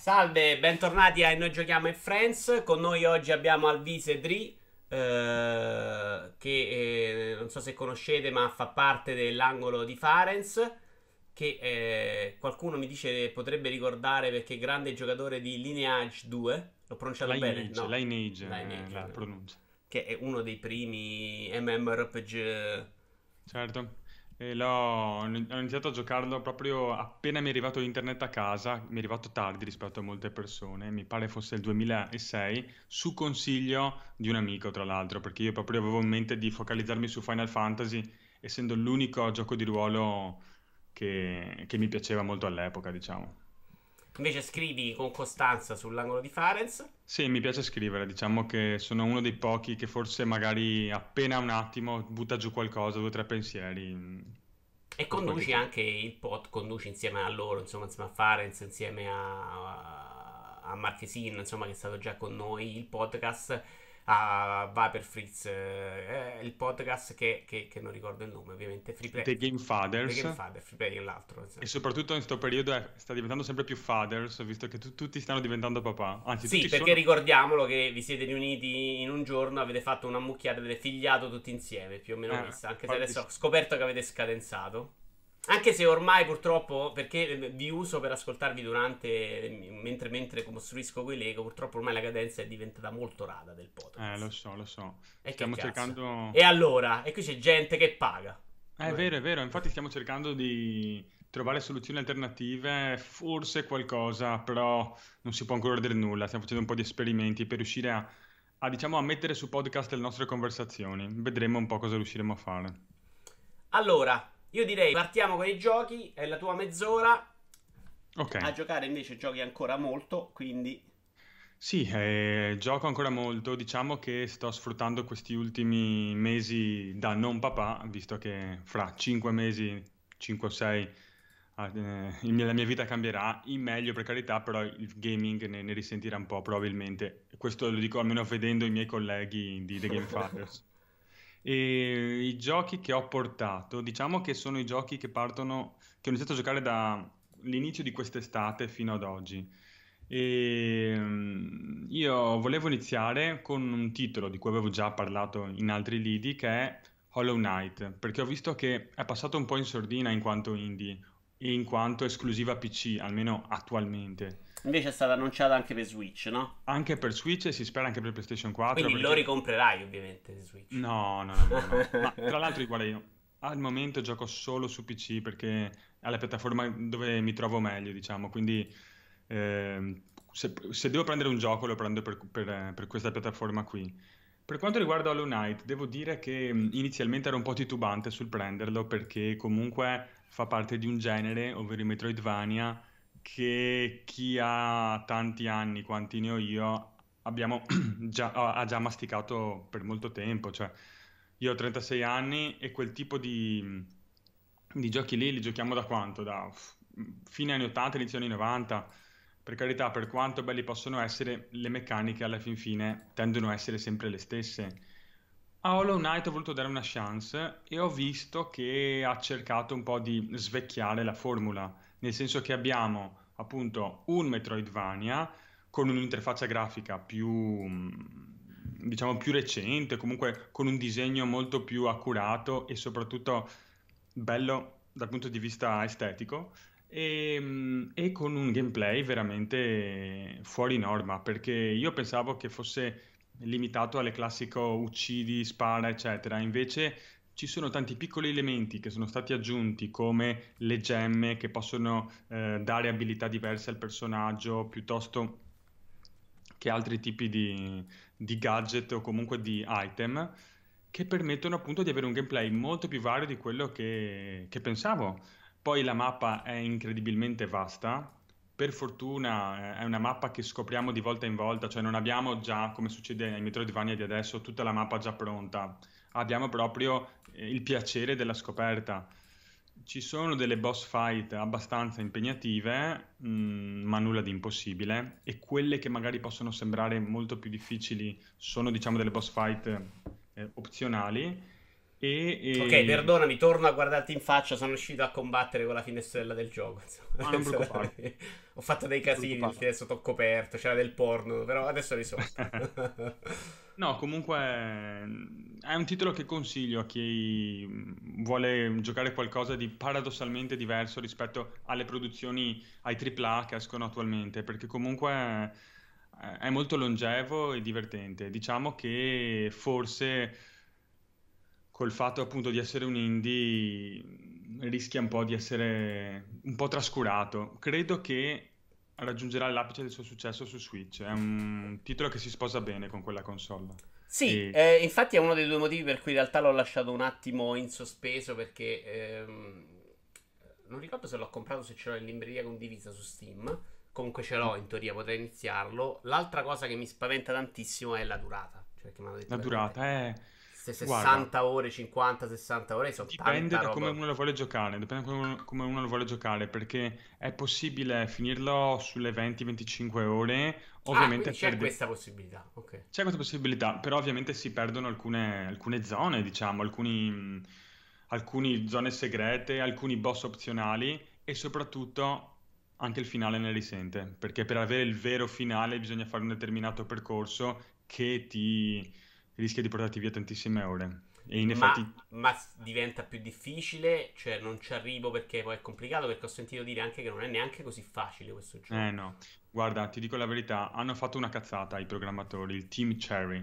Salve, bentornati a Noi Giochiamo in Friends. Con noi oggi abbiamo Alvise Dri, che non so se conoscete, ma fa parte dell'angolo di Farenz. Che qualcuno mi dice potrebbe ricordare perché è grande giocatore di Lineage 2. L'ho pronunciato bene? No, Lineage è Lineage, la pronuncia. che è uno dei primi MMORPG. Certo, ho iniziato a giocarlo proprio appena mi è arrivato internet a casa, mi è arrivato tardi rispetto a molte persone, mi pare fosse il 2006, su consiglio di un amico tra l'altro, perché io proprio avevo in mente di focalizzarmi su Final Fantasy, essendo l'unico gioco di ruolo che mi piaceva molto all'epoca, diciamo. Invece scrivi con costanza sull'angolo di Farenz. Sì, mi piace scrivere, diciamo che sono uno dei pochi che forse magari appena un attimo butta giù qualcosa, due o tre pensieri E per qualche conduci cosa. anche il pod, conduci insieme a loro, insomma, insieme a Farenz, insieme a Marchesin, insomma, che è stato già con noi, il podcast a Viper Fritz, il podcast che non ricordo il nome, ovviamente, Free Play, The Game The Fathers Game Father, Free Play è l'altro, e insomma. soprattutto in questo periodo sta diventando sempre più fathers, visto che tutti stanno diventando papà, anzi Sì, tutti perché sono. ricordiamolo che vi siete riuniti in un giorno, avete fatto una mucchiata, avete figliato tutti insieme, più o meno questa, anche se Infatti adesso sì. ho scoperto che avete scadenzato. Anche se ormai purtroppo, perché vi uso per ascoltarvi mentre costruisco quei Lego, purtroppo ormai la cadenza è diventata molto rada del Lo podcast. so, lo so. E che Stiamo cazzo. cercando. E allora? E qui c'è gente che paga. Come? È vero, infatti stiamo cercando di trovare soluzioni alternative, forse qualcosa, però non si può ancora dire nulla. Stiamo facendo un po' di esperimenti per riuscire diciamo, a mettere su podcast le nostre conversazioni. Vedremo un po' cosa riusciremo a fare. Allora, io direi partiamo con i giochi, è la tua mezz'ora. Ok. A giocare invece giochi ancora molto, quindi Sì, gioco ancora molto. Diciamo che sto sfruttando questi ultimi mesi da non papà, visto che fra 5 mesi, 5 o 6, la mia vita cambierà. In meglio, per carità, però il gaming ne risentirà un po', probabilmente. Questo lo dico almeno vedendo i miei colleghi di The Game Fathers. E i giochi che ho portato, diciamo che sono i giochi che ho iniziato a giocare dall'inizio di quest'estate fino ad oggi. Io volevo iniziare con un titolo di cui avevo già parlato in altri lidi, che è Hollow Knight, perché ho visto che è passato un po' in sordina in quanto indie e in quanto esclusiva PC, almeno attualmente. invece è stata annunciata anche per Switch, no? Anche per Switch e si spera anche per PlayStation 4, Quindi lo perché. ricomprerai ovviamente su Switch. No, no, no, no, no. Ma tra l'altro, guarda, io al momento gioco solo su PC perché è la piattaforma dove mi trovo meglio, diciamo. Quindi se devo prendere un gioco lo prendo per questa piattaforma qui. Per quanto riguarda Hollow Knight, devo dire che inizialmente ero un po' titubante sul prenderlo perché comunque fa parte di un genere, ovvero i Metroidvania, che chi ha tanti anni quanti ne ho io ha già masticato per molto tempo. Cioè, io ho 36 anni e quel tipo di giochi lì li giochiamo da quanto? Da fine anni 80, inizio anni 90. Per carità, per quanto belli possono essere, le meccaniche alla fin fine tendono a essere sempre le stesse. A Hollow Knight ho voluto dare una chance e ho visto che ha cercato un po' di svecchiare la formula, nel senso che abbiamo appunto un Metroidvania con un'interfaccia grafica diciamo, più recente, comunque con un disegno molto più accurato e soprattutto bello dal punto di vista estetico e con un gameplay veramente fuori norma, perché io pensavo che fosse limitato alle classico uccidi, spara, eccetera. Invece ci sono tanti piccoli elementi che sono stati aggiunti, come le gemme che possono dare abilità diverse al personaggio, piuttosto che altri tipi di gadget o comunque di item, che permettono appunto di avere un gameplay molto più vario di quello che pensavo. Poi la mappa è incredibilmente vasta. Per fortuna è una mappa che scopriamo di volta in volta, cioè non abbiamo già, come succede ai Metroidvania di adesso, tutta la mappa già pronta. Abbiamo proprio il piacere della scoperta. Ci sono delle boss fight abbastanza impegnative, ma nulla di impossibile, e quelle che magari possono sembrare molto più difficili sono, diciamo, delle boss fight opzionali. Ok, E, perdonami, torno a guardarti in faccia. Sono riuscito a combattere con la finestrella del gioco. ma non Insomma. preoccuparti, Ho fatto dei non casini preoccuparti. perché adesso t'ho coperto. C'era del porno, però adesso è risolto. No, comunque è un titolo che consiglio a chi vuole giocare qualcosa di paradossalmente diverso rispetto alle produzioni ai AAA che escono attualmente, perché comunque è molto longevo e divertente. Diciamo che forse col fatto appunto di essere un indie rischia un po' di essere un po' trascurato. Credo che raggiungerà l'apice del suo successo su Switch. È un titolo che si sposa bene con quella console. Sì, E infatti è uno dei due motivi per cui in realtà l'ho lasciato un attimo in sospeso perché non ricordo se l'ho comprato, se ce l'ho in libreria condivisa su Steam. Comunque ce l'ho in teoria, potrei iniziarlo. L'altra cosa che mi spaventa tantissimo è la durata. Cioè che mi hanno detto la veramente durata è... queste Guarda, 60 ore, 50-60 ore sono dipende tanta da come roba. uno lo vuole giocare, dipende da come uno lo vuole giocare, perché è possibile finirlo sulle 20-25 ore, Ah, ovviamente quindi c'è perde... questa possibilità. Ok. C'è questa possibilità, però ovviamente si perdono alcune zone, diciamo, alcune zone segrete, alcuni boss opzionali e soprattutto anche il finale ne risente, perché per avere il vero finale bisogna fare un determinato percorso che ti rischia di portarti via tantissime ore. E in effetti, Ma diventa più difficile, cioè non ci arrivo perché poi è complicato, perché ho sentito dire anche che non è neanche così facile questo eh gioco. no, guarda, ti dico la verità, hanno fatto una cazzata i programmatori, il team Cherry.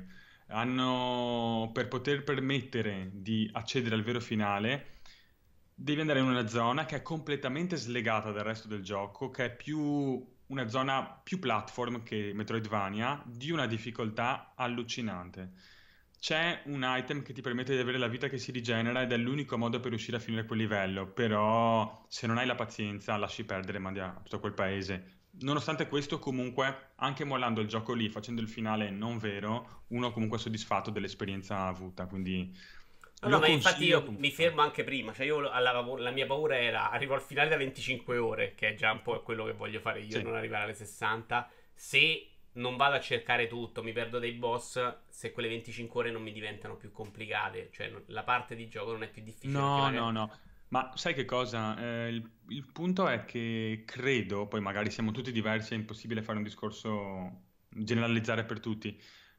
Per poter permettere di accedere al vero finale, devi andare in una zona che è completamente slegata dal resto del gioco, che è più una zona più platform che Metroidvania, di una difficoltà allucinante. C'è un item che ti permette di avere la vita che si rigenera ed è l'unico modo per riuscire a finire quel livello, però se non hai la pazienza lasci perdere e mandi a tutto quel paese. Nonostante questo, comunque, anche mollando il gioco lì, facendo il finale non vero, uno comunque è soddisfatto dell'esperienza avuta, quindi No, no, lo ma infatti consiglio io mi comunque. fermo anche prima, cioè io la mia paura era arrivo al finale da 25 ore, che è già un po' quello che voglio fare io, Sì. non arrivare alle 60. Se non vado a cercare tutto, mi perdo dei boss, se quelle 25 ore non mi diventano più complicate, cioè la parte di gioco non è più difficile perché No, magari... no, no. Ma sai che cosa? Il punto è che credo, poi magari siamo tutti diversi, è impossibile fare un discorso generalizzare per tutti,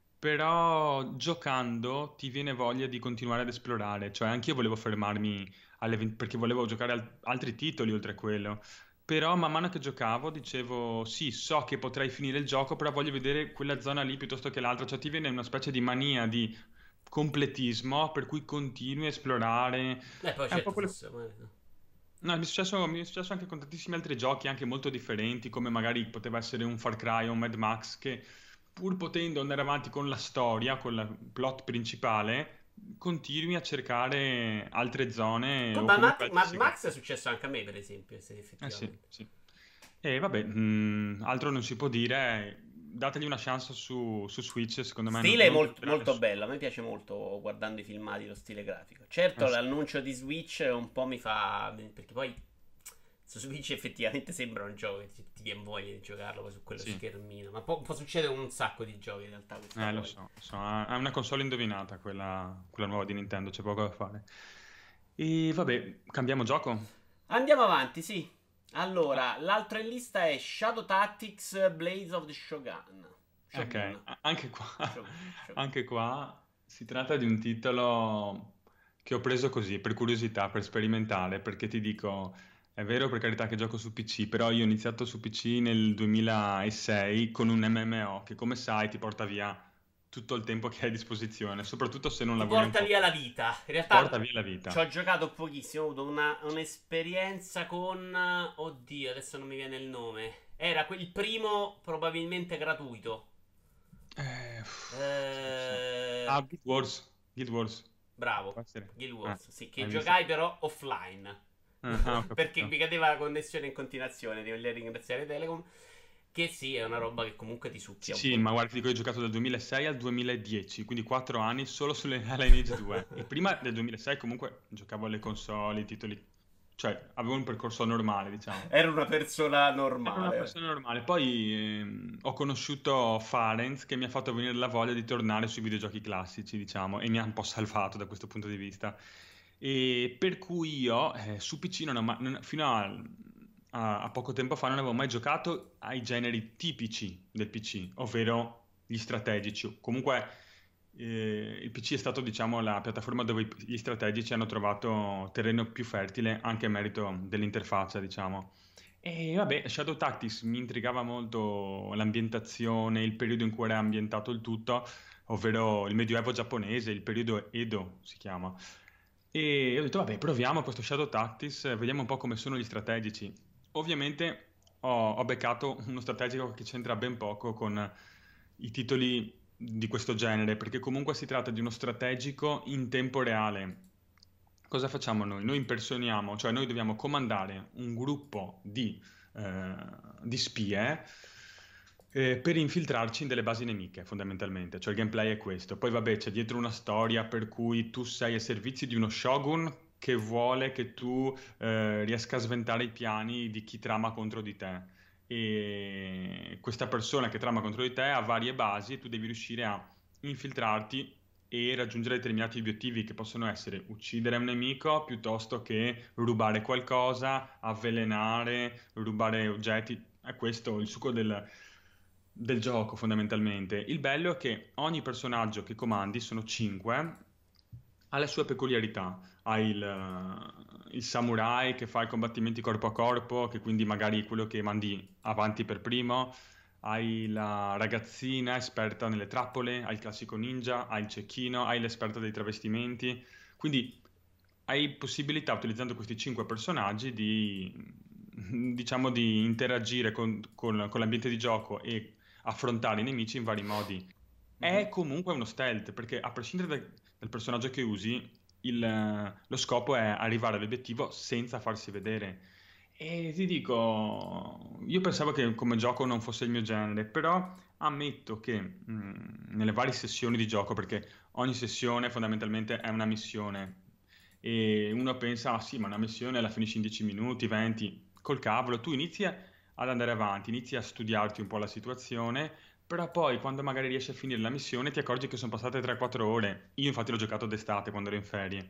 però giocando ti viene voglia di continuare ad esplorare, cioè anch'io volevo fermarmi perché volevo giocare altri titoli oltre a quello, però man mano che giocavo dicevo sì, so che potrei finire il gioco, però voglio vedere quella zona lì piuttosto che l'altra, cioè ti viene una specie di mania di completismo per cui continui a esplorare. Poi È un po' certo, quello... forse... No, mi è successo anche con tantissimi altri giochi, anche molto differenti, come magari poteva essere un Far Cry o un Mad Max, che pur potendo andare avanti con la storia, con il plot principale, continui a cercare altre zone Con o comunque altri Mad Max è segreti. successo anche a me, per esempio, se Eh sì, effettivamente. sì. E vabbè, altro non si può dire. Dategli una chance su Switch, secondo me Stile è non molto, deluderà molto nessuno. bello. A me piace molto guardando i filmati lo stile grafico. Certo, Eh sì. l'annuncio di Switch un po' mi fa. Perché poi su Switch effettivamente sembra un gioco che ti viene voglia di giocarlo poi su quello Sì, schermino. Ma può succedere con un sacco di giochi in realtà questa lo cosa. so, lo so. È una console indovinata quella nuova di Nintendo, c'è poco da fare. E vabbè, cambiamo gioco? Andiamo avanti, sì. Ah, Allora, l'altro in lista è Shadow Tactics Blades of the Shogun. ok, Shogun. anche qua, Shogun. anche qua si tratta di un titolo che ho preso così, per curiosità, per sperimentare, perché ti dico, è vero per carità che gioco su PC, però io ho iniziato su PC nel 2006 con un MMO che come sai ti porta via tutto il tempo che hai a disposizione, soprattutto se non Ti lavori porta via ancora. la vita. In Ti realtà porta via la ci vita. ho giocato pochissimo. Ho avuto un'esperienza con. Oddio, adesso non mi viene il nome. Era il primo, probabilmente gratuito. Sì. Eh, Ah, Guild Wars. Guild Wars. Può bravo, essere. Guild Wars. Sì, che Hai visto? giocai però offline. Ho Perché capito. mi cadeva la connessione in continuazione. Devo ringraziare Telecom. Che sì, è una roba che comunque ti Sì, succhia un sì, po'. ma guarda, ti dico, io ho giocato dal 2006 al 2010, quindi 4 anni solo sulle Lineage 2. E prima del 2006 comunque giocavo alle console, i titoli cioè avevo un percorso normale, diciamo. Era una persona Ero una normale. persona normale. Poi ho conosciuto Farenz che mi ha fatto venire la voglia di tornare sui videogiochi classici, diciamo, e mi ha un po' salvato da questo punto di vista. E per cui io su PC non ho fino a poco tempo fa non avevo mai giocato ai generi tipici del PC, ovvero gli strategici. Comunque il PC è stato, diciamo, la piattaforma dove gli strategici hanno trovato terreno più fertile anche a merito dell'interfaccia, diciamo. E vabbè, Shadow Tactics mi intrigava molto l'ambientazione, il periodo in cui era ambientato il tutto, ovvero il Medioevo giapponese, il periodo Edo si chiama. E ho detto, vabbè, proviamo questo Shadow Tactics, vediamo un po' come sono gli strategici. Ovviamente ho beccato uno strategico che c'entra ben poco con i titoli di questo genere, perché comunque si tratta di uno strategico in tempo reale. Cosa facciamo noi? Noi impersoniamo, cioè noi dobbiamo comandare un gruppo eh, di spie per infiltrarci in delle basi nemiche, fondamentalmente. Cioè il gameplay è questo. Poi vabbè, c'è dietro una storia per cui tu sei ai servizi di uno shogun che vuole che tu riesca a sventare i piani di chi trama contro di te. E questa persona che trama contro di te ha varie basi e tu devi riuscire a infiltrarti e raggiungere determinati obiettivi che possono essere uccidere un nemico piuttosto che rubare qualcosa, avvelenare, rubare oggetti. È questo il succo del gioco fondamentalmente. Il bello è che ogni personaggio che comandi, sono 5, ha le sue peculiarità. Hai il samurai che fa i combattimenti corpo a corpo, che quindi magari è quello che mandi avanti per primo. Hai la ragazzina esperta nelle trappole, hai il classico ninja, hai il cecchino, hai l'esperta dei travestimenti. Quindi hai possibilità, utilizzando questi 5 personaggi, diciamo, di interagire con l'ambiente di gioco e affrontare i nemici in vari modi. È Mhm. comunque uno stealth, perché a prescindere dal personaggio che usi, lo scopo è arrivare all'obiettivo senza farsi vedere. E ti dico, io pensavo che come gioco non fosse il mio genere, però ammetto che nelle varie sessioni di gioco, perché ogni sessione fondamentalmente è una missione, e uno pensa, ah sì, ma una missione la finisci in 10 minuti, 20, col cavolo, tu inizi ad andare avanti, inizi a studiarti un po' la situazione, però poi quando magari riesci a finire la missione ti accorgi che sono passate 3-4 ore. Io infatti l'ho giocato d'estate quando ero in ferie.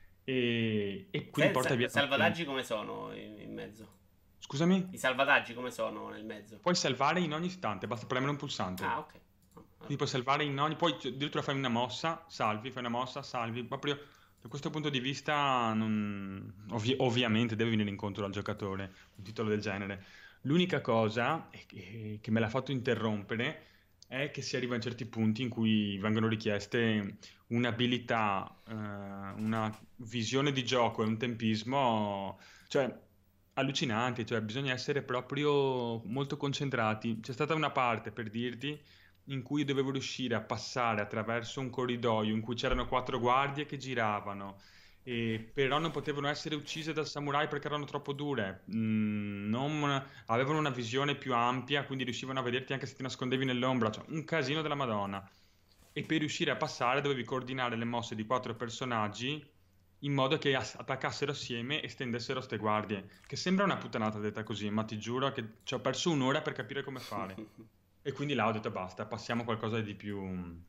E quindi porta via tanto Salvataggi tempo. come sono in mezzo? Scusami? I salvataggi come sono nel mezzo? Puoi salvare in ogni istante, basta premere un Ah, pulsante. ok. Quindi puoi salvare in ogni... Poi addirittura fai una mossa, salvi, fai una mossa, salvi. Proprio da questo punto di vista ovviamente deve venire incontro al giocatore un titolo del genere. L'unica cosa che me l'ha fatto interrompere è che si arriva a certi punti in cui vengono richieste un'abilità, una visione di gioco e un tempismo, cioè allucinanti, cioè bisogna essere proprio molto concentrati. C'è stata una parte, per dirti, in cui dovevo riuscire a passare attraverso un corridoio in cui c'erano 4 guardie che giravano, però non potevano essere uccise dal samurai perché erano troppo dure. Avevano una visione più ampia, quindi riuscivano a vederti anche se ti nascondevi nell'ombra, cioè un casino della Madonna. E per riuscire a passare dovevi coordinare le mosse di 4 personaggi in modo che attaccassero assieme e stendessero ste guardie. Che sembra una puttanata detta così, ma ti giuro che ci ho perso un'ora per capire come fare. E quindi là ho detto basta, passiamo a qualcosa di più,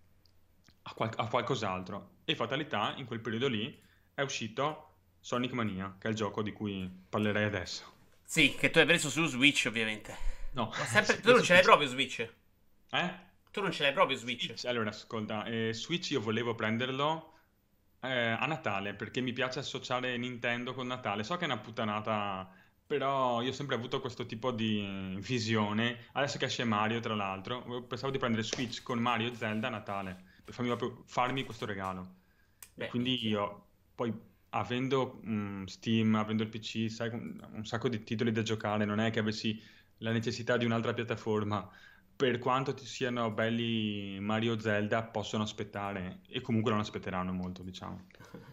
a qualcos'altro. E fatalità, in quel periodo lì è uscito Sonic Mania, che è il gioco di cui parlerei adesso. Sì, che tu hai preso su Switch, ovviamente. No, Ho sempre... si Tu non preso ce l'hai PC. proprio Switch? Eh? Tu non ce l'hai proprio Switch? Switch, allora ascolta, Switch io volevo prenderlo a Natale perché mi piace associare Nintendo con Natale. So che è una puttanata, però io ho sempre avuto questo tipo di visione. Adesso che esce Mario, tra l'altro, pensavo di prendere Switch con Mario e Zelda a Natale per farmi questo regalo. E Beh, quindi minchia. io, poi avendo Steam, avendo il PC, sai, un sacco di titoli da giocare, non è che avessi la necessità di un'altra piattaforma. Per quanto ti siano belli Mario o Zelda, possono aspettare e comunque non aspetteranno molto, diciamo.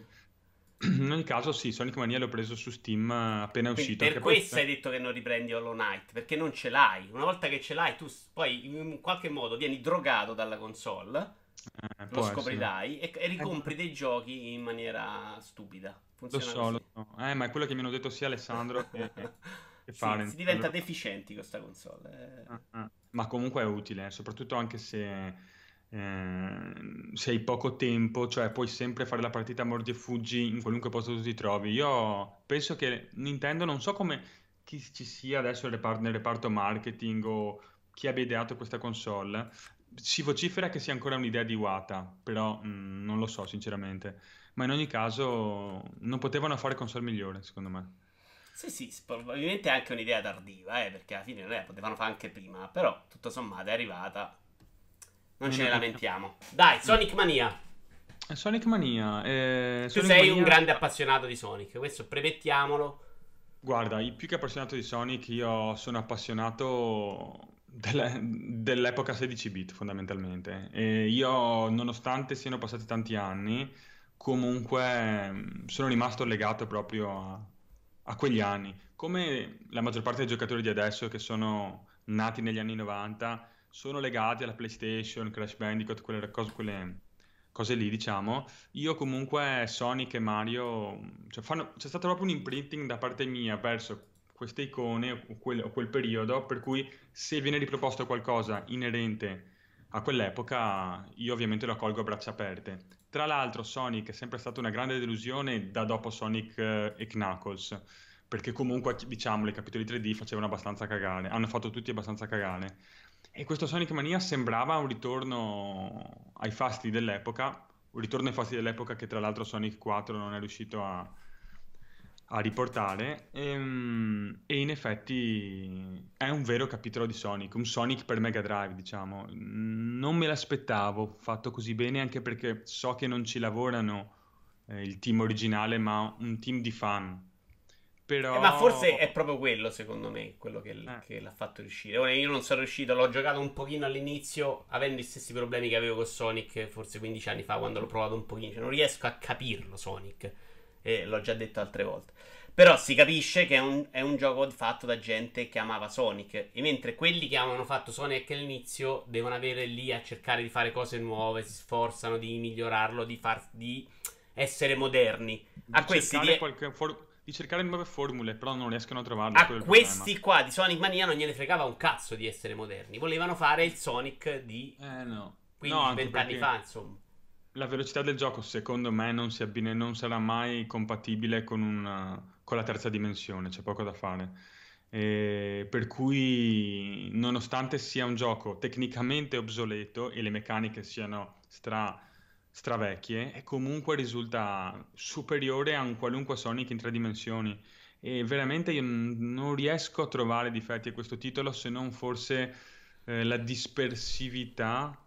In ogni caso, sì, Sonic Mania l'ho preso su Steam appena è Quindi uscito, per che poi... questo hai detto che non riprendi Hollow Knight, perché non ce l'hai. Una volta che ce l'hai, tu poi in qualche modo vieni drogato dalla console Lo Può essere. scoprirai e Eh, ricompri dei giochi in maniera stupida. lo Funziona so, così. lo so. Ma è quello che mi hanno detto sia Alessandro che Sì, si Farenz. diventa deficienti con sta console. Ma comunque è utile, soprattutto anche se hai poco tempo, cioè puoi sempre fare la partita a mordi e fuggi in qualunque posto tu ti trovi. Io penso che Nintendo, non so come chi ci sia adesso nel reparto marketing o chi abbia ideato questa console, si vocifera che sia ancora un'idea di Iwata, però non lo so sinceramente. Ma in ogni caso non potevano fare console migliore, secondo me. Sì, sì, probabilmente è anche un'idea tardiva, perché alla fine non è, potevano fare anche prima, però tutto sommato è arrivata. Non ce ne Non- lamentiamo. Dai, non- Sonic Mania. Sonic Mania, Tu Sonic sei un Mania, grande appassionato di Sonic, questo premettiamolo. guarda, più che appassionato di Sonic, io sono appassionato dell'epoca 16 bit fondamentalmente. E io, nonostante siano passati tanti anni, comunque sono rimasto legato proprio a quegli anni. Come la maggior parte dei giocatori di adesso che sono nati negli anni 90, sono legati alla PlayStation, Crash Bandicoot, quelle cose lì, diciamo. Io comunque Sonic e Mario, cioè c'è stato proprio un imprinting da parte mia verso queste icone o quel periodo, per cui se viene riproposto qualcosa inerente a quell'epoca, io ovviamente lo accolgo a braccia aperte. Tra l'altro Sonic è sempre stata una grande delusione da dopo Sonic e Knuckles, perché comunque, diciamo, i capitoli 3D facevano abbastanza cagare, hanno fatto tutti abbastanza cagare. E questo Sonic Mania sembrava un ritorno ai fasti dell'epoca, un ritorno ai fasti dell'epoca che tra l'altro Sonic 4 non è riuscito a riportare. E in effetti è un vero capitolo di Sonic, un Sonic per Mega Drive, diciamo. Non me l'aspettavo fatto così bene, anche perché so che non ci lavorano il team originale, ma un team di fan. Ma Però forse è proprio quello, secondo me, quello eh, che l'ha fatto riuscire. Ora io non sono riuscito, l'ho giocato un pochino all'inizio, avendo gli stessi problemi che avevo con Sonic forse 15 anni fa quando l'ho provato un pochino. Cioè, non riesco a capirlo Sonic, e l'ho già detto altre volte. Però si capisce che è un gioco fatto da gente che amava Sonic. E mentre quelli che avevano fatto Sonic all'inizio devono avere lì a cercare di fare cose nuove, si sforzano di migliorarlo, di essere moderni. A di questi cercare di, di cercare nuove formule, però non riescono a trovarle, A quello è il problema. questi qua di Sonic Mania non gliene fregava un cazzo di essere moderni. Volevano fare il Sonic di No. No, anche 15-20 anni fa, perché insomma. la velocità del gioco, secondo me, non sarà mai compatibile con la terza dimensione, c'è poco da fare. Per cui, nonostante sia un gioco tecnicamente obsoleto e le meccaniche siano stravecchie, comunque risulta superiore a un qualunque Sonic in tre dimensioni. E veramente io non riesco a trovare difetti a questo titolo se non forse la dispersività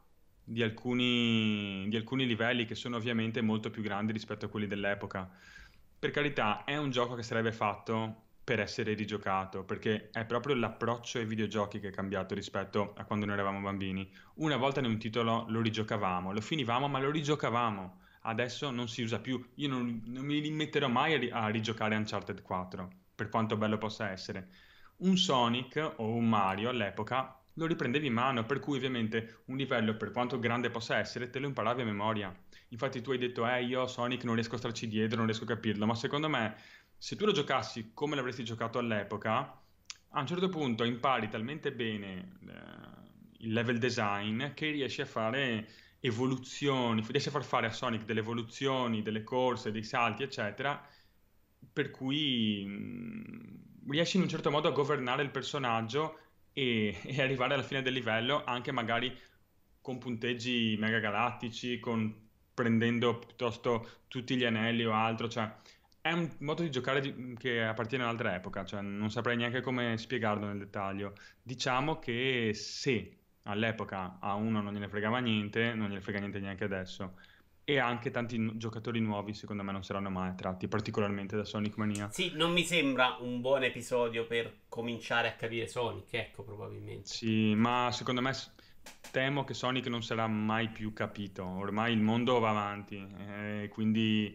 di alcuni livelli che sono ovviamente molto più grandi rispetto a quelli dell'epoca. Per carità, è un gioco che sarebbe fatto per essere rigiocato, perché è proprio l'approccio ai videogiochi che è cambiato rispetto a quando noi eravamo bambini. Una volta in un titolo lo rigiocavamo, lo finivamo, ma lo rigiocavamo. Adesso non si usa più. Io non mi rimetterò mai a rigiocare Uncharted 4, per quanto bello possa essere. Un Sonic o un Mario all'epoca lo riprendevi in mano, per cui ovviamente un livello, per quanto grande possa essere, te lo imparavi a memoria. Infatti tu hai detto, io Sonic non riesco a starci dietro, non riesco a capirlo, ma secondo me se tu lo giocassi come l'avresti giocato all'epoca, a un certo punto impari talmente bene il level design che riesci a fare evoluzioni, riesci a far fare a Sonic delle evoluzioni, delle corse, dei salti, eccetera, per cui riesci in un certo modo a governare il personaggio e arrivare alla fine del livello anche magari con punteggi mega galattici, prendendo piuttosto tutti gli anelli o altro, cioè è un modo di giocare che appartiene a un'altra epoca, cioè non saprei neanche come spiegarlo nel dettaglio. Diciamo che se all'epoca a uno non gliene fregava niente, non gliene frega niente neanche adesso. E anche tanti giocatori nuovi, secondo me, non saranno mai attratti, particolarmente da Sonic Mania. Sì, non mi sembra un buon episodio per cominciare a capire Sonic, ecco, probabilmente. Sì, ma secondo me temo che Sonic non sarà mai più capito. Ormai il mondo va avanti, quindi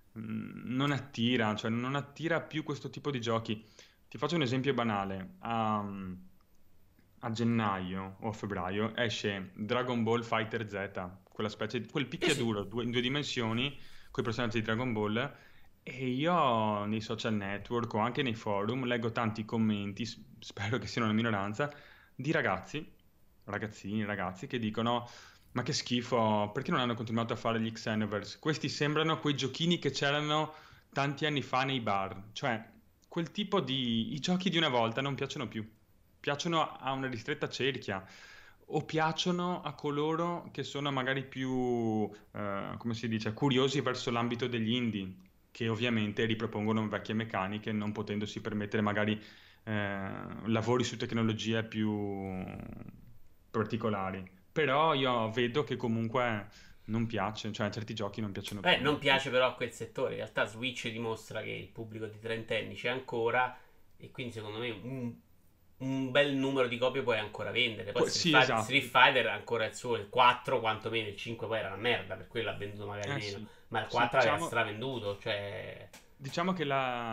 non attira più questo tipo di giochi. Ti faccio un esempio banale. A a gennaio o a febbraio esce Dragon Ball Fighter Z, quella specie, quel Sì, sì. picchiaduro in due dimensioni con i personaggi di Dragon Ball. E io nei social network o anche nei forum leggo tanti commenti, spero che siano una minoranza, di ragazzi, ragazzini, ragazzi che dicono: Ma che schifo, perché non hanno continuato a fare gli Xenoverse? Questi sembrano quei giochini che c'erano tanti anni fa nei bar. Cioè, quel tipo di... I giochi di una volta non piacciono più. Piacciono a una ristretta cerchia. O piacciono a coloro che sono magari più, come si dice, curiosi verso l'ambito degli indie, che ovviamente ripropongono vecchie meccaniche, non potendosi permettere magari lavori su tecnologie più particolari. Però io vedo che comunque non piace, cioè certi giochi non piacciono più. Non piace però a quel settore. In realtà Switch dimostra che il pubblico di trentenni c'è ancora e quindi secondo me un bel numero di copie puoi ancora vendere. Poi Sì, Street esatto. Fighter ancora il suo, il 4 quantomeno, il 5 poi era una merda, per quello ha venduto magari Eh meno. sì, Ma il sì, 4 aveva stravenduto, cioè... diciamo che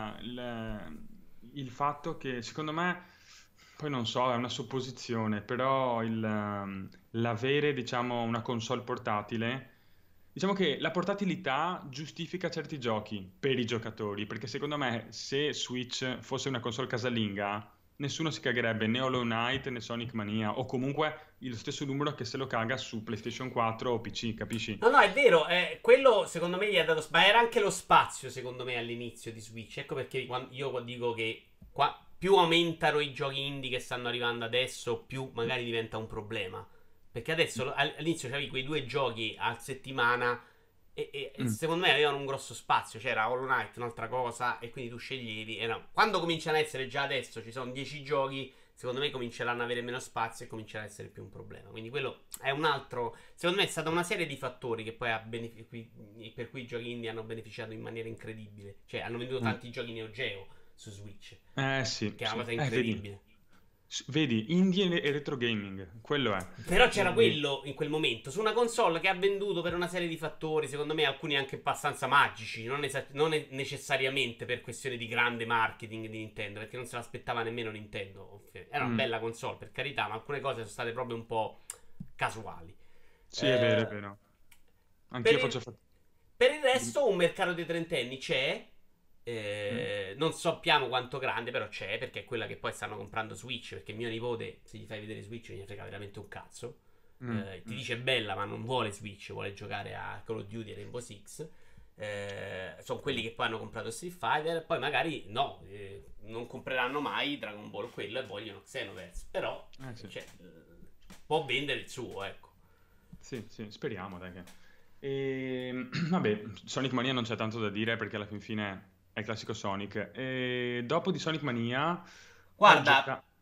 il fatto che, secondo me, poi non so, è una supposizione, però l'avere, diciamo, una console portatile, diciamo che la portatilità giustifica certi giochi per i giocatori, perché secondo me se Switch fosse una console casalinga, nessuno si cagherebbe né Hollow Knight né Sonic Mania, o comunque lo stesso numero che se lo caga su PlayStation 4 o PC, capisci? No, no, è vero, quello secondo me gli ha dato... Ma era anche lo spazio, secondo me, all'inizio di Switch. Ecco perché io dico che più aumentano i giochi indie che stanno arrivando adesso, più magari diventa un problema. Perché adesso all'inizio c'avevi quei due giochi a settimana e Mm. secondo me avevano un grosso spazio. C'era Hollow Knight, un'altra cosa, e quindi tu sceglievi. Quando cominciano a essere già adesso, ci sono 10 giochi, secondo me cominceranno ad avere meno spazio e comincerà a essere più un problema. Quindi quello è un altro. Secondo me è stata una serie di fattori che poi per cui i giochi indie hanno beneficiato in maniera incredibile. Cioè, hanno venduto Mm. tanti giochi Neo Geo su Switch, Sì, che è una sì. cosa Vedi, incredibile. vedi, indie e retro gaming, quello è. Però c'era E- quello in quel momento su una console che ha venduto per una serie di fattori, secondo me alcuni anche abbastanza magici, non necessariamente per questione di grande marketing di Nintendo, perché non se l'aspettava nemmeno Nintendo. Era una mm, bella console, per carità, ma alcune cose sono state proprio un po' casuali. sì, è vero, è Eh, vero. per Anch'io il, faccio fatica. per il resto un mercato dei trentenni c'è. Mm, Non sappiamo quanto grande, però c'è, perché è quella che poi stanno comprando Switch. Perché mio nipote, se gli fai vedere Switch, gli frega veramente un cazzo. mm, Ti mm. dice bella, ma non vuole Switch, vuole giocare a Call of Duty e Rainbow Six. Sono quelli che poi hanno comprato Street Fighter. Poi magari no, non compreranno mai Dragon Ball quello e vogliono Xenoverse. Però Sì. cioè, può vendere il suo, ecco. Sì, sì, speriamo, dai. Vabbè, Sonic Mania non c'è tanto da dire perché alla fin fine è il classico Sonic. E dopo di Sonic Mania ho Guarda, giocato...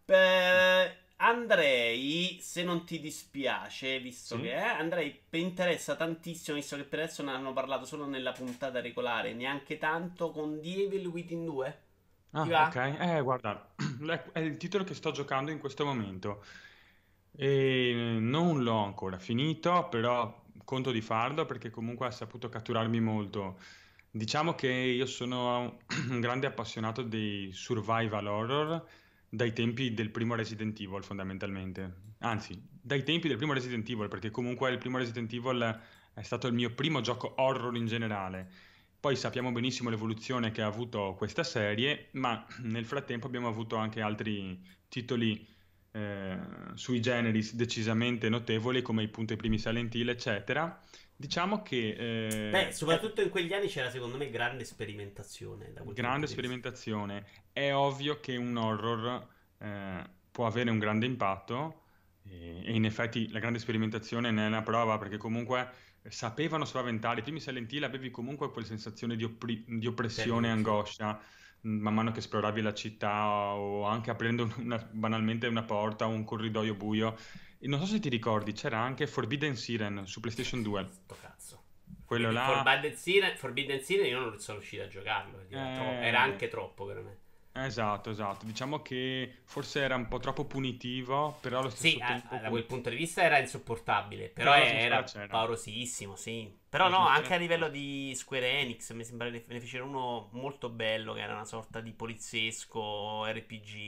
andrei, se non ti dispiace, visto che Sì? andrei, mi interessa tantissimo, visto che per adesso ne hanno parlato solo nella puntata regolare, neanche tanto, con The Evil Within 2. Ti Ah, ok. va? Guarda, è il titolo che sto giocando in questo momento. E non l'ho ancora finito, però conto di farlo perché comunque ha saputo catturarmi molto. Diciamo che io sono un grande appassionato dei survival horror dai tempi del primo Resident Evil, fondamentalmente. Anzi, dai tempi del primo Resident Evil, perché comunque il primo Resident Evil è stato il mio primo gioco horror in generale. Poi sappiamo benissimo l'evoluzione che ha avuto questa serie, ma nel frattempo abbiamo avuto anche altri titoli eh, sui generis decisamente notevoli, come appunto i primi Silent Hill, eccetera. Diciamo che Beh, è soprattutto in quegli anni c'era secondo me grande sperimentazione da quel punto grande di vista. sperimentazione. È ovvio che un horror può avere un grande impatto e in effetti la grande sperimentazione ne è una prova perché comunque sapevano spaventare. I primi Silent Hill avevi comunque quella sensazione di oppressione e Sì. angoscia man mano che esploravi la città o anche aprendo banalmente una porta o un corridoio buio. E non so se ti ricordi, c'era anche Forbidden Siren su PlayStation 2. Sto cazzo. Quello là, Forbidden Siren io non sono riuscito a giocarlo perché era eh, anche troppo per me. esatto, esatto. Diciamo che forse era un po' troppo punitivo, però allo Sì, stesso tempo da quel punto di vista era insopportabile, però però l'atmosfera era c'era. paurosissimo, sì. Però no, L'atmosfera anche a c'era. livello di Square Enix mi sembra ne fecero uno molto bello che era una sorta di poliziesco RPG.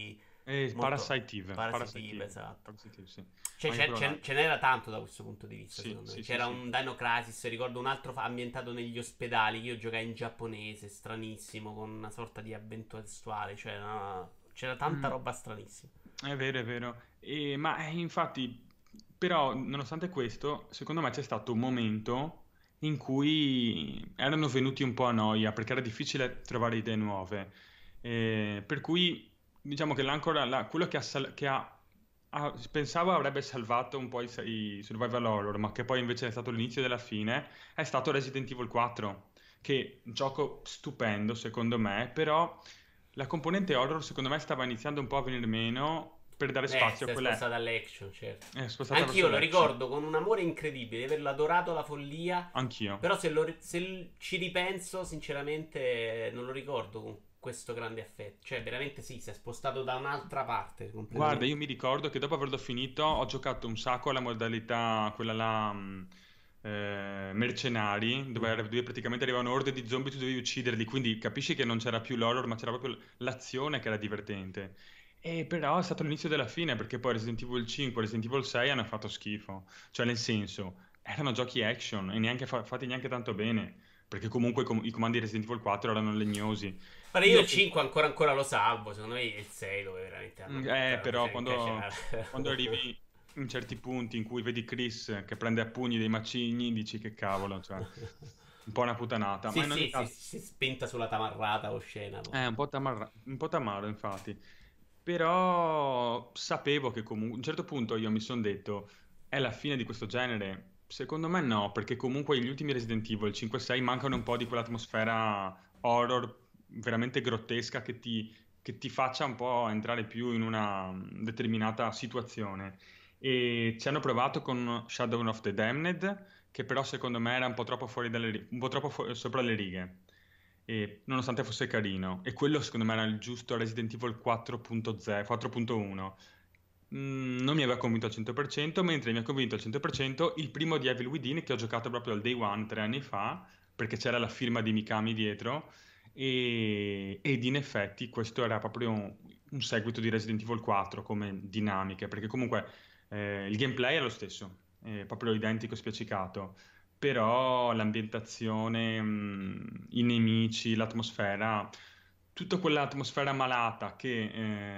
molto Parasite Eve, Parasite Parasite Eve, Eve, esatto. Parasite Eve, sì. Cioè, Anche quello là. ce n'era tanto da questo punto di vista, Sì, secondo me. sì, sì, C'era sì. un Dino Crisis, ricordo un altro ambientato negli ospedali, che io giocai in giapponese, stranissimo, con una sorta di avventura testuale, cioè c'era tanta Mm, roba stranissima. è vero, è vero. Ma infatti, però, nonostante questo, secondo me c'è stato un momento in cui erano venuti un po' a noia, perché era difficile trovare idee nuove. Per cui, diciamo che quello pensavo avrebbe salvato un po' i survival horror, ma che poi invece è stato l'inizio della fine, è stato Resident Evil 4, che è un gioco stupendo, secondo me, però la componente horror, secondo me, stava iniziando un po' a venire meno per dare spazio Si a è quella. spostata all'action, certo. È spostata verso Anch'io lo l'action. ricordo con un amore incredibile di averlo adorato alla follia. Anch'io. Però se ci ripenso, sinceramente, non lo ricordo con questo grande affetto. Cioè, veramente sì, si è spostato da un'altra parte Guarda, io completamente. mi ricordo che dopo averlo finito ho giocato un sacco alla modalità, quella là, mercenari, Mhm. dove praticamente arrivavano orde di zombie, tu dovevi ucciderli, quindi capisci che non c'era più l'horror, ma c'era proprio l'azione che era divertente. E però è stato l'inizio della fine, perché poi Resident Evil 5 e Resident Evil 6 hanno fatto schifo. Cioè, nel senso, erano giochi action e neanche fatti neanche tanto bene, perché comunque i comandi di Resident Evil 4 erano legnosi. Guarda, io Io il 5 ancora lo salvo. Secondo me è il 6 dove veramente hanno buttato, Però faceva quando, incaciare. quando arrivi in certi punti in cui vedi Chris che prende a pugni dei macigni, dici che cavolo, cioè, un po' una puttanata. Sì, Ma in ogni sì, caso, si è spinta sulla tamarrata oscena poi. è un po' tamaro, infatti. Però sapevo che comunque, a un certo punto io mi sono detto, è la fine di questo genere? Secondo me no, perché comunque gli ultimi Resident Evil 5-6 mancano un po' di quell'atmosfera horror veramente grottesca che ti faccia un po' entrare più in una determinata situazione. E ci hanno provato con Shadow of the Damned, che però secondo me era un po' troppo un po' troppo sopra le righe, nonostante fosse carino. E quello secondo me era il giusto Resident Evil 4.0, 4.1. Non mi aveva convinto al 100%, mentre mi ha convinto al 100% il primo di Evil Within che ho giocato proprio al day one 3 anni fa, perché c'era la firma di Mikami dietro, ed in effetti questo era proprio un seguito di Resident Evil 4 come dinamiche, perché comunque il gameplay è lo stesso, è proprio identico, spiaccicato, però l'ambientazione, i nemici, l'atmosfera, tutta quell'atmosfera malata che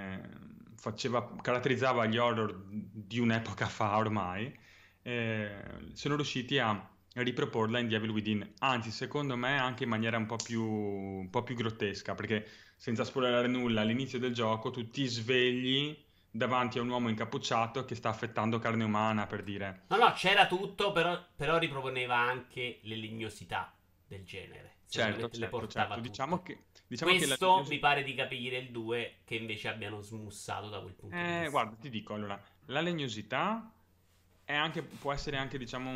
caratterizzava gli horror di un'epoca fa ormai, sono riusciti a riproporla in Devil Within, anzi secondo me anche in maniera un po' più grottesca, perché senza spoilerare nulla, all'inizio del gioco tu ti svegli davanti a un uomo incappucciato che sta affettando carne umana, per dire. No, no, c'era tutto, però riproponeva anche le legnosità del genere. Secondo me Certo, te le certo, portava certo. tutte. Diciamo che la Questo mi pare di capire il 2 che invece abbiano smussato da quel punto di vista. guarda, ti dico, allora, la legnosità può essere anche, diciamo,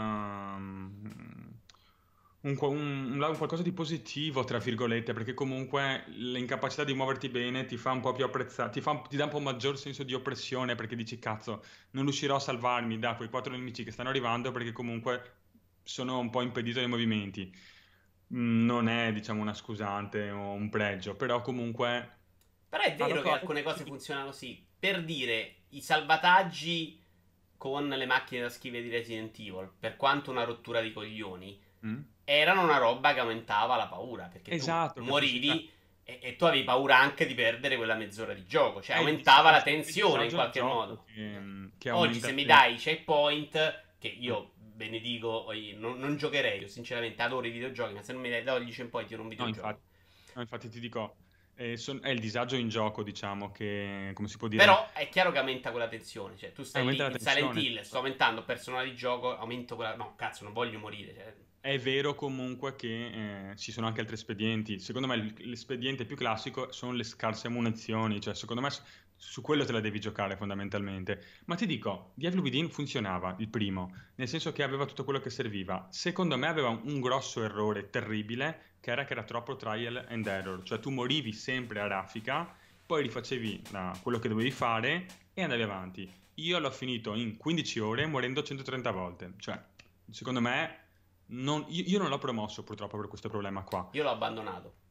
un qualcosa di positivo, tra virgolette, perché comunque l'incapacità di muoverti bene ti fa un po' più apprezzare, ti dà un po' maggior senso di oppressione, perché dici, cazzo, non riuscirò a salvarmi da quei quattro nemici che stanno arrivando, perché comunque sono un po' impedito nei movimenti. Non è, diciamo, una scusante o un pregio, però comunque Però è hanno vero che provato. alcune cose funzionano così. Per dire, i salvataggi con le macchine da scrivere di Resident Evil, per quanto una rottura di coglioni, Mm? erano una roba che aumentava la paura. Perché tu Esatto, capisci? Cioè, morivi e tu avevi paura anche di perdere quella mezz'ora di gioco. Cioè, è aumentava la il tensione in disagio al qualche gioco modo. che Oggi, aumenta se la mi tensione. dai i checkpoint, che io benedico, non giocherei, io sinceramente adoro i videogiochi, ma se non mi dai i checkpoint io non No, videogioco. infatti, no, infatti ti dico, è il disagio in gioco, diciamo, che, come si può dire, Però è chiaro che aumenta quella tensione. Cioè, tu stai aumenta lì la in Silent tensione. Hill, sto aumentando il personale di gioco, aumento quella. No, cazzo, non voglio morire. Cioè. È vero comunque che ci sono anche altri espedienti. Secondo me l'espediente più classico sono le scarse munizioni, cioè secondo me su quello te la devi giocare fondamentalmente. Ma ti dico, Diablo Within funzionava, il primo, nel senso che aveva tutto quello che serviva. Secondo me aveva un grosso errore terribile, che era troppo trial and error, cioè tu morivi sempre a raffica, poi rifacevi quello che dovevi fare e andavi avanti. Io l'ho finito in 15 ore morendo 130 volte, cioè secondo me io non l'ho promosso purtroppo per questo problema qua. Io l'ho abbandonato.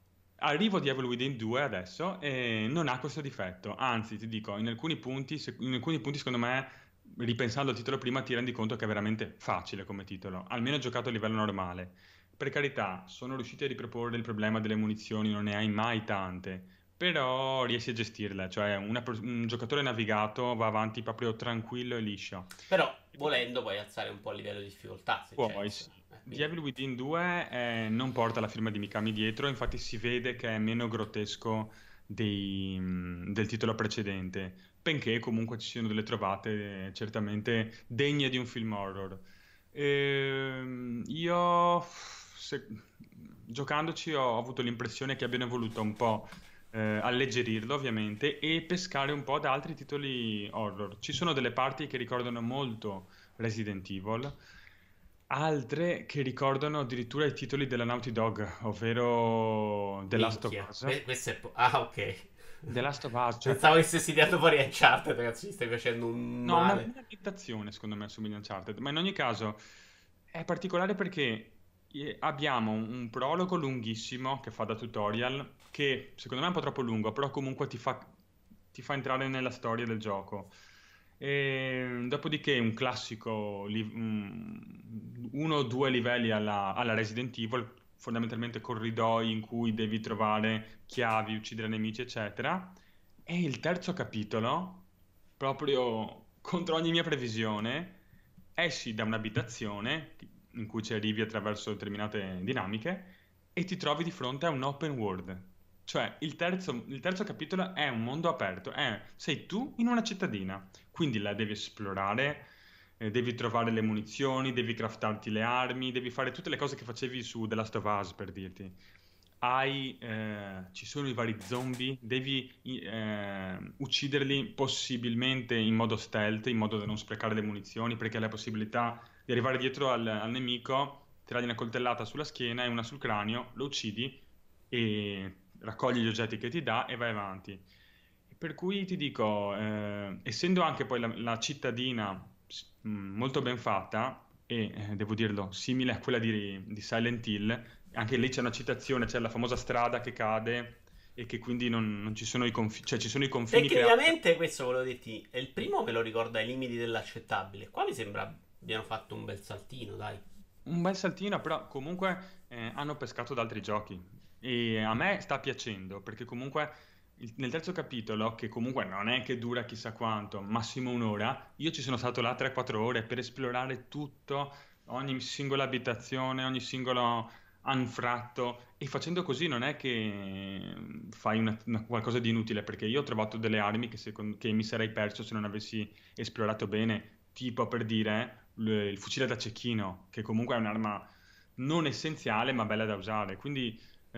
Arrivo di Evil Within 2 adesso e non ha questo difetto, anzi ti dico, in alcuni punti secondo me, ripensando al titolo prima, ti rendi conto che è veramente facile come titolo, almeno giocato a livello normale. Per carità, sono riusciti a riproporre il problema delle munizioni, non ne hai mai tante, però riesci a gestirle, cioè un giocatore navigato va avanti proprio tranquillo e liscio. Però, volendo, puoi alzare un po' il livello di difficoltà, se c'è, Puoi, insomma. sì. The Quindi... Evil Within 2 non porta la firma di Mikami dietro, infatti si vede che è meno grottesco del titolo precedente, benché comunque ci siano delle trovate certamente degne di un film horror. Io, giocandoci, ho avuto l'impressione che abbiano voluto un po' alleggerirlo, ovviamente, e pescare un po' da altri titoli horror. Ci sono delle parti che ricordano molto Resident Evil, altre che ricordano addirittura i titoli della Naughty Dog, ovvero The Last of Minchia. Us. Questo è... Ah, ok. The Last of Us, cioè, Pensavo che stessi tirando fuori Uncharted, ragazzi, mi stai facendo un no, male. un'ambientazione secondo me assomiglia a Uncharted, ma in ogni caso è particolare perché abbiamo un prologo lunghissimo che fa da tutorial, che secondo me è un po' troppo lungo, però comunque ti fa entrare nella storia del gioco. E dopodiché un classico, uno o due livelli alla Resident Evil, fondamentalmente corridoi in cui devi trovare chiavi, uccidere nemici, eccetera. E il terzo capitolo, proprio contro ogni mia previsione, esci da un'abitazione in cui ci arrivi attraverso determinate dinamiche e ti trovi di fronte a un open world. Cioè, il terzo capitolo è un mondo aperto, sei tu in una cittadina, quindi la devi esplorare, devi trovare le munizioni, devi craftarti le armi, devi fare tutte le cose che facevi su The Last of Us, per dirti. Ci sono i vari zombie, devi ucciderli possibilmente in modo stealth, in modo da non sprecare le munizioni, perché hai la possibilità di arrivare dietro al nemico, tirargli una coltellata sulla schiena e una sul cranio, lo uccidi e raccogli gli oggetti che ti dà e vai avanti. Per cui ti dico, essendo anche poi la cittadina molto ben fatta e devo dirlo, simile a quella di Silent Hill, anche lì c'è una citazione, c'è la famosa strada che cade e che quindi non ci sono i confini, cioè ci sono i confini creati. Tecnicamente, questo volevo dirti, è il primo me lo ricorda ai limiti dell'accettabile. Qua mi sembra abbiano fatto un bel saltino, dai. Un bel saltino, però comunque hanno pescato da altri giochi e a me sta piacendo perché comunque nel terzo capitolo, che comunque non è che dura chissà quanto, massimo un'ora, io ci sono stato là 3-4 ore per esplorare tutto, ogni singola abitazione, ogni singolo anfratto e facendo così non è che fai qualcosa di inutile perché io ho trovato delle armi che mi sarei perso se non avessi esplorato bene, tipo per dire il fucile da cecchino, che comunque è un'arma non essenziale ma bella da usare. Quindi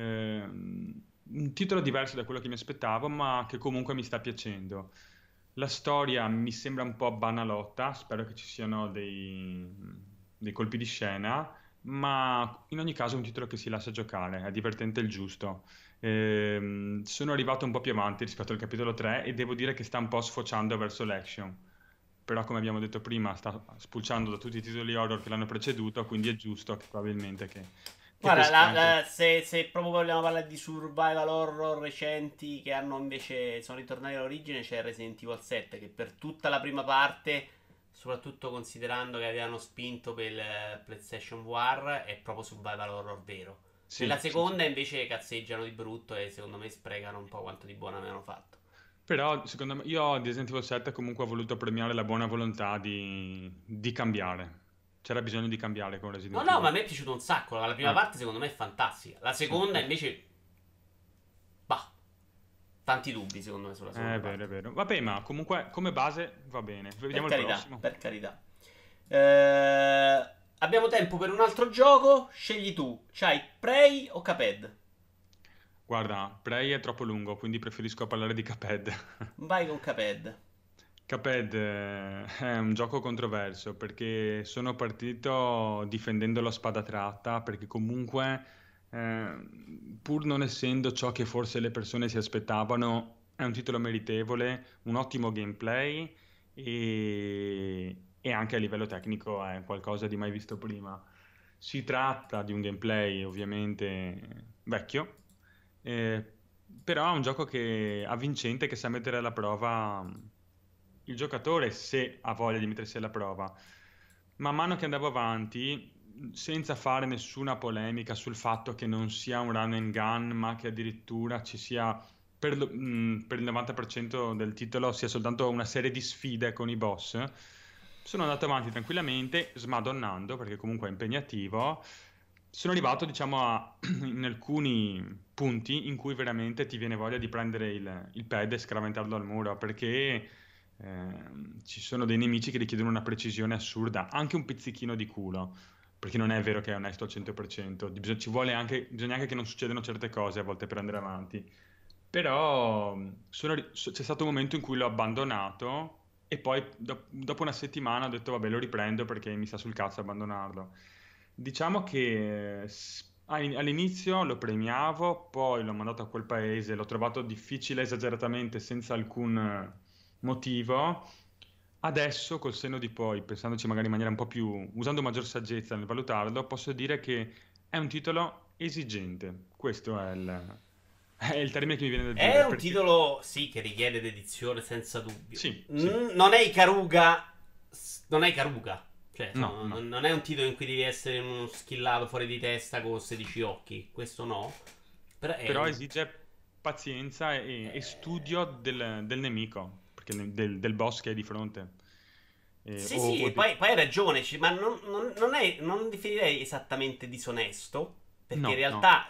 un titolo diverso da quello che mi aspettavo, ma che comunque mi sta piacendo. La storia mi sembra un po' banalotta, spero che ci siano dei colpi di scena, ma in ogni caso è un titolo che si lascia giocare, è divertente il giusto. Sono arrivato un po' più avanti rispetto al capitolo 3 e devo dire che sta un po' sfociando verso l'action. Però, come abbiamo detto prima, sta spulciando da tutti i titoli horror che l'hanno preceduto, quindi è giusto che probabilmente che Guarda, peschi anche. se proprio vogliamo parlare di survival horror recenti che hanno invece sono ritornati all'origine, c'è Resident Evil 7 che per tutta la prima parte, soprattutto considerando che avevano spinto per il PlayStation War, è proprio survival horror vero. Nella Sì, sì, sì. seconda invece cazzeggiano di brutto e secondo me sprecano un po' quanto di buono avevano fatto. Però, secondo me, io di Resident Evil 7 comunque ho voluto premiare la buona volontà di cambiare. C'era bisogno di cambiare con No, Resident no, ma Evil. a me è piaciuta un sacco. La prima Ah, parte secondo me è fantastica. La sì, seconda sì. invece, bah, tanti dubbi secondo me sulla seconda È vero, è parte. vero. Vabbè, ma comunque come base va bene. Per Vediamo il carità, prossimo. per carità. Abbiamo tempo per un altro gioco. Scegli tu. C'hai Prey o Cuphead? Guarda, Prey è troppo lungo, quindi preferisco parlare di Cuphead. Vai con Cuphead. Cuphead è un gioco controverso perché sono partito difendendo la spada tratta perché comunque eh, pur non essendo ciò che forse le persone si aspettavano è un titolo meritevole, un ottimo gameplay e anche a livello tecnico è qualcosa di mai visto prima. Si tratta di un gameplay ovviamente vecchio Eh, però è un gioco che avvincente, che sa mettere alla prova il giocatore se ha voglia di mettersi alla prova. Man mano che andavo avanti, senza fare nessuna polemica sul fatto che non sia un run and gun, ma che addirittura ci sia per il 90% del titolo sia soltanto una serie di sfide con i boss, sono andato avanti tranquillamente, smadonnando, perché comunque è impegnativo. Sono arrivato, diciamo, in alcuni punti in cui veramente ti viene voglia di prendere il pad e scaraventarlo al muro, perché ci sono dei nemici che richiedono una precisione assurda, anche un pizzichino di culo, perché non è vero che è onesto al 100%, bisogna anche che non succedano certe cose a volte per andare avanti. Però c'è stato un momento in cui l'ho abbandonato e poi dopo una settimana ho detto vabbè lo riprendo perché mi sta sul cazzo abbandonarlo. Diciamo che all'inizio lo premiavo, poi l'ho mandato a quel paese, l'ho trovato difficile esageratamente senza alcun motivo. Adesso, col senno di poi, pensandoci magari in maniera un po' più, usando maggior saggezza nel valutarlo, posso dire che è un titolo esigente. Questo è è il termine che mi viene da È dire, un perché titolo, sì, che richiede dedizione senza dubbio. sì, sì, Non è Ikaruga. Non è Ikaruga. Cioè, no, no. non è un titolo in cui devi essere uno schillato fuori di testa con 16 occhi. Questo no. Però è Però un. esige pazienza e eh, studio del nemico, perché del boss che hai di fronte. Sì, sì, O e poi hai ragione, ma non definirei esattamente disonesto, perché in no, no, realtà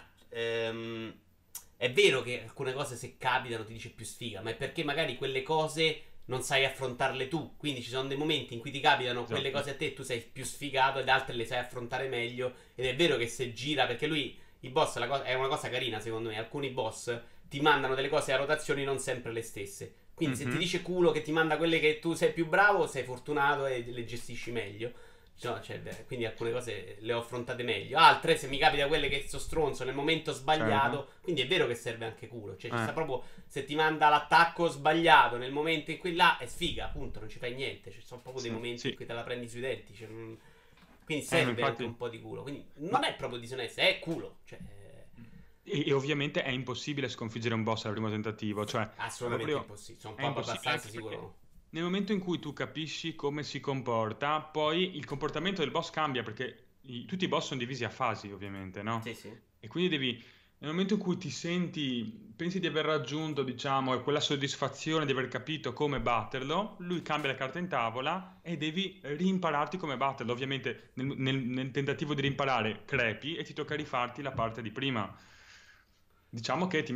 è vero che alcune cose se capitano ti dice più sfiga, ma è perché magari quelle cose non sai affrontarle tu, quindi ci sono dei momenti in cui ti capitano quelle esatto, cose a te e tu sei più sfigato ed altre le sai affrontare meglio, ed è vero che se gira, perché lui, i boss, è una cosa carina secondo me, alcuni boss ti mandano delle cose a rotazioni non sempre le stesse. Quindi se ti mhm, dice culo che ti manda quelle che tu sei più bravo, sei fortunato e le gestisci meglio. No, cioè, quindi alcune cose le ho affrontate meglio. Altre, se mi capita quelle che sono stronzo nel momento certo, sbagliato. Quindi è vero che serve anche culo. Cioè, ci eh, sta proprio. Se ti manda l'attacco sbagliato nel momento in cui là è sfiga, appunto, non ci fai niente. Ci sono proprio dei sì, momenti in sì. cui te la prendi sui denti. Cioè, quindi serve anche Infatti, un po' di culo. Quindi non ma è proprio disonesto, è culo. Cioè, e ovviamente è impossibile sconfiggere un boss al primo tentativo, cioè assolutamente impossibile. Sono un è po' impossibile abbastanza anche sicuro. perché No? nel momento in cui tu capisci come si comporta, poi il comportamento del boss cambia perché tutti i boss sono divisi a fasi, ovviamente, no? Sì, sì. E quindi nel momento in cui ti senti, pensi di aver raggiunto, diciamo, quella soddisfazione di aver capito come batterlo, lui cambia la carta in tavola e devi rimpararti come batterlo. Ovviamente nel tentativo di rimparare crepi e ti tocca rifarti la parte di prima. Diciamo che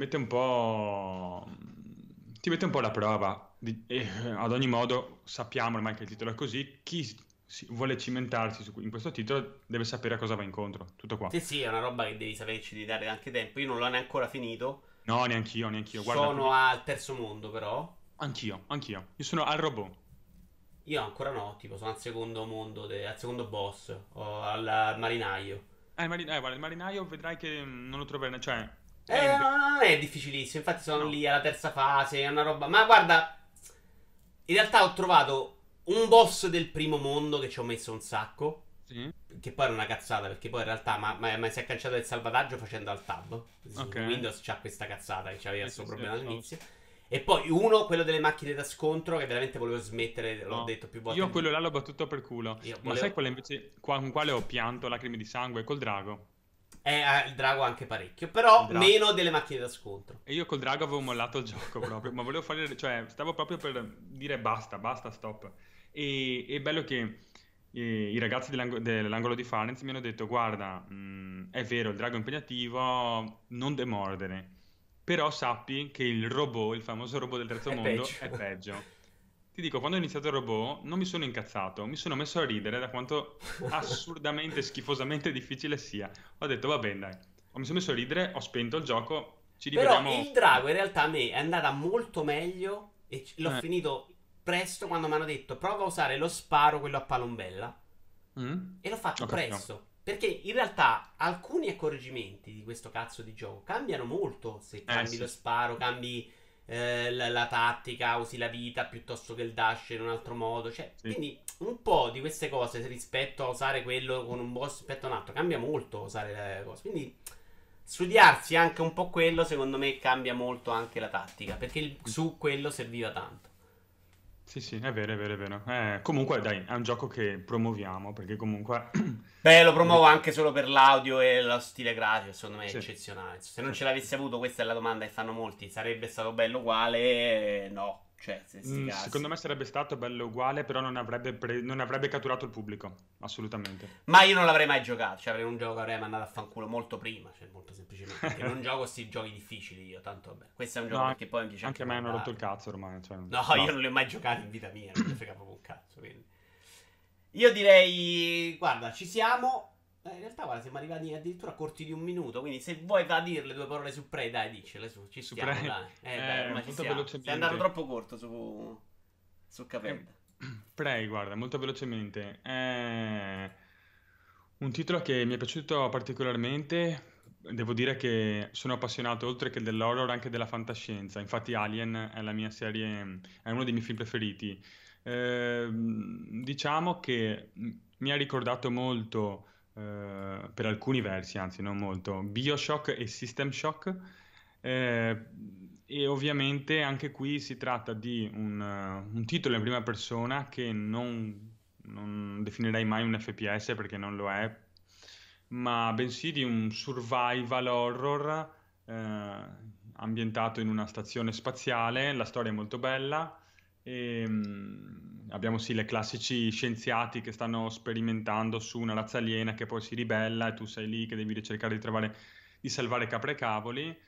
ti mette un po' alla prova. Ad ogni modo sappiamo ormai che il titolo è così, chi vuole cimentarsi in questo titolo deve sapere a cosa va incontro. Tutto qua. Sì, sì, è una roba che devi saperci di dare anche tempo. Io non l'ho neanche ancora finito. No, neanch'io, neanch'io. Guarda, Sono al terzo mondo, però. anch'io. Io sono al robot. Io ancora no, tipo, sono al secondo mondo, al secondo boss, o al marinaio. Guarda, il marinaio vedrai che non lo troverai, cioè, è Non è difficilissimo, infatti sono no. lì alla terza fase, è una roba. Ma guarda, in realtà ho trovato un boss del primo mondo che ci ho messo un sacco. Sì? Che poi era una cazzata, perché poi in realtà ma si è cancellato il salvataggio facendo al tab. Su Ok. Windows c'ha questa cazzata che aveva Sì, il suo sì, sì, problema lo so. all'inizio. E poi uno, quello delle macchine da scontro, che veramente volevo smettere, l'ho No. detto più Io volte. quello là l'ho battuto per culo. Io Ma sai volevo. quale invece, con quale ho pianto lacrime di sangue? Col drago. Il drago anche parecchio, Il però drago. meno delle macchine da scontro. E io col drago avevo mollato il gioco proprio, ma volevo fare, cioè, stavo proprio per dire basta, basta, stop. E è bello che i ragazzi dell'angolo di Farenz mi hanno detto, guarda, è vero, il drago è impegnativo, non demordere, però sappi che il robot, il famoso robot del terzo È mondo, peggio. è peggio. Ti dico, quando ho iniziato il robot non mi sono incazzato, mi sono messo a ridere da quanto assurdamente, schifosamente difficile sia. Ho detto, va bene, dai. Mi sono messo a ridere, ho spento il gioco, ci Però rivediamo. il drago in realtà a me è andata molto meglio e l'ho Eh, finito presto quando mi hanno detto prova a usare lo sparo, quello a palombella. E l'ho fatto Ho capito. presto. Perché in realtà alcuni accorgimenti di questo cazzo di gioco cambiano molto se cambi lo Sì, sparo, cambi la tattica, usi la vita piuttosto che il dash in un altro modo. Cioè, sì. quindi un po' di queste cose rispetto a usare quello con un boss rispetto a un altro cambia molto usare le cose. Quindi studiarsi anche un po' quello, secondo me cambia molto anche la tattica, perché su quello serviva tanto. Sì, sì, è vero, è vero, è vero. Comunque, dai, è un gioco che promuoviamo perché comunque... Beh, lo promuovo anche solo per l'audio e lo stile grafico, secondo me è Sì, eccezionale. Se non sì. ce l'avessi avuto, questa è la domanda che fanno molti, sarebbe stato bello uguale? No, cioè, se sti Secondo cazzi. me sarebbe stato bello uguale, però non avrebbe catturato il pubblico, assolutamente. Ma io non l'avrei mai giocato, cioè avrei un gioco che avrei mandato a fanculo molto prima, cioè molto semplicemente, perché non gioco questi giochi difficili io, tanto vabbè. Questo è un No, gioco perché poi mi piace anche anche a me hanno rotto guardare. il cazzo ormai, cioè, No, io non basta. li ho mai giocati in vita mia, non mi frega proprio un cazzo, quindi. Io direi, guarda, ci siamo. In realtà, guarda, siamo arrivati addirittura a corti di un minuto. Quindi, se vuoi va a dirle due parole su Prey, dai, diccele su. Ci Su stiamo, Prey, dai. Dai, ormai ci molto siamo. Sei andato velocemente. troppo corto su Eh, Cuphead. Prey, guarda, molto velocemente. È un titolo che mi è piaciuto particolarmente. Devo dire che sono appassionato oltre che dell'horror anche della fantascienza. Infatti, Alien è la mia serie, è uno dei miei film preferiti. Diciamo che mi ha ricordato molto, per alcuni versi, anzi non molto, BioShock e System Shock. Eh, e ovviamente anche qui si tratta di un titolo in prima persona che non definirei mai un FPS perché non lo è, ma bensì di un survival horror ambientato in una stazione spaziale. La storia è molto bella. Abbiamo sì le classici scienziati che stanno sperimentando su una razza aliena che poi si ribella e tu sei lì che devi cercare di salvare capre e cavoli.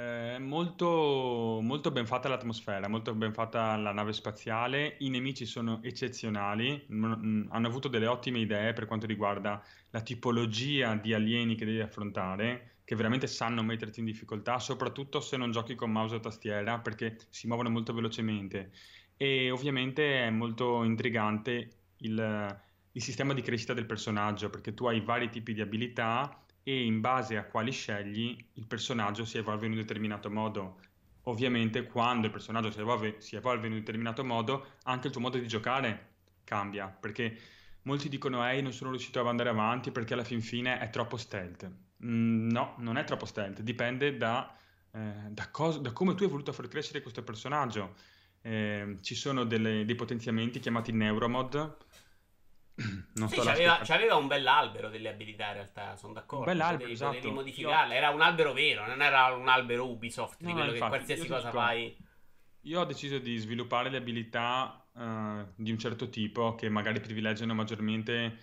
Molto, molto ben fatta l'atmosfera, molto ben fatta la nave spaziale, i nemici sono eccezionali, hanno avuto delle ottime idee per quanto riguarda la tipologia di alieni che devi affrontare, che veramente sanno metterti in difficoltà, soprattutto se non giochi con mouse o tastiera, perché si muovono molto velocemente. E ovviamente è molto intrigante il sistema di crescita del personaggio, perché tu hai vari tipi di abilità e in base a quali scegli il personaggio si evolve in un determinato modo. Ovviamente quando il personaggio si evolve in un determinato modo, anche il tuo modo di giocare cambia, perché molti dicono ehi non sono riuscito ad andare avanti perché alla fin fine è troppo stealth. No, non è troppo stealth, dipende da come tu hai voluto far crescere questo personaggio. Ci sono dei potenziamenti chiamati Neuromod, non Sì, sto là a spiegare. c'aveva un bell'albero delle abilità, in realtà, sono Un d'accordo. bell'albero, Potevi esatto. modificarle. Era un albero vero, non era un albero Ubisoft di No, no, quello che infatti, io qualsiasi ti cosa dico, fai. io ho deciso di sviluppare le abilità di un certo tipo che magari privilegiano maggiormente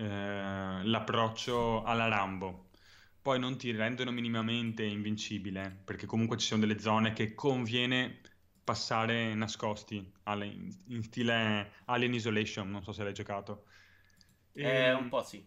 l'approccio alla Rambo. Poi non ti rendono minimamente invincibile, perché comunque ci sono delle zone che conviene passare nascosti, in stile Alien Isolation, non so se l'hai giocato. Un Ehm, po' sì.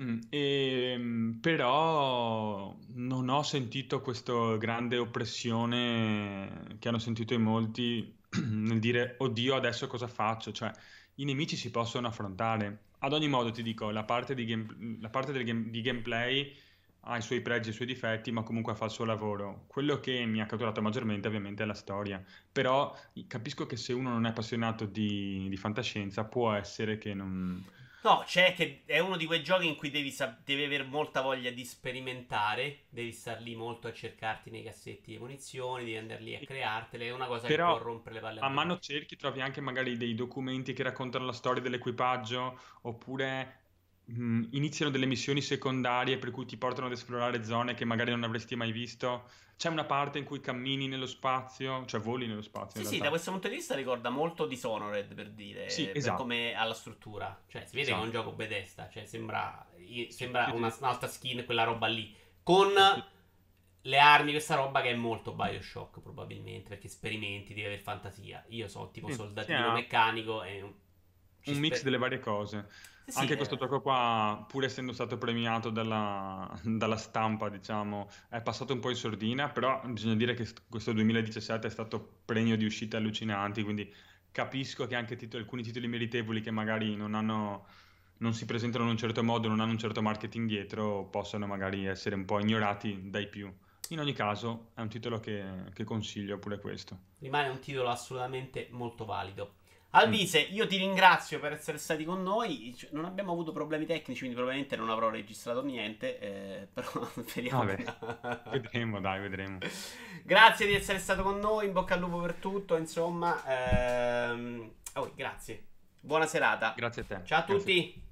Però non ho sentito questa grande oppressione che hanno sentito in molti nel dire, oddio, adesso cosa faccio? Cioè, i nemici si possono affrontare. Ad ogni modo, ti dico, la parte di gameplay ha i suoi pregi e i suoi difetti, ma comunque fa il suo lavoro. Quello che mi ha catturato maggiormente, ovviamente, è la storia. Però capisco che se uno non è appassionato di fantascienza, può essere che non... No, c'è che è uno di quei giochi in cui devi avere molta voglia di sperimentare, devi star lì molto a cercarti nei cassetti le munizioni, devi andare lì a creartele, è una cosa che può Però rompere le palle a a mano molti. cerchi trovi anche magari dei documenti che raccontano la storia dell'equipaggio, oppure iniziano delle missioni secondarie per cui ti portano ad esplorare zone che magari non avresti mai visto. C'è una parte in cui cammini nello spazio, cioè voli nello spazio Sì, in sì, da realtà. questo punto di vista ricorda molto Dishonored, per Sì, dire, per esatto, come ha la struttura. Cioè, si vede che è un esatto. gioco Bethesda, cioè Sì, sembra sì, sì, un'altra skin, quella roba lì. Con sì, sì. le armi, questa roba che è molto Bioshock, probabilmente, perché sperimenti, devi avere fantasia. Io so tipo Sì, sì, soldatino meccanico e ci un mix spe... delle varie cose. Sì, sì, Anche questo gioco qua, pur essendo stato premiato dalla stampa, diciamo, è passato un po' in sordina, però bisogna dire che questo 2017 è stato premio di uscite allucinanti, quindi capisco che anche alcuni titoli meritevoli che magari non si presentano in un certo modo, non hanno un certo marketing dietro, possano magari essere un po' ignorati dai più. In ogni caso, è un titolo che consiglio pure questo. rimane un titolo assolutamente molto valido. Alvise, io ti ringrazio per essere stati con noi. Non abbiamo avuto problemi tecnici, quindi probabilmente non avrò registrato niente. Però speriamo Vabbè, che. vedremo, dai, vedremo. Grazie di essere stato con noi. In bocca al lupo per tutto. Insomma, grazie. Buona serata. Grazie a te. Ciao a Grazie a te. tutti.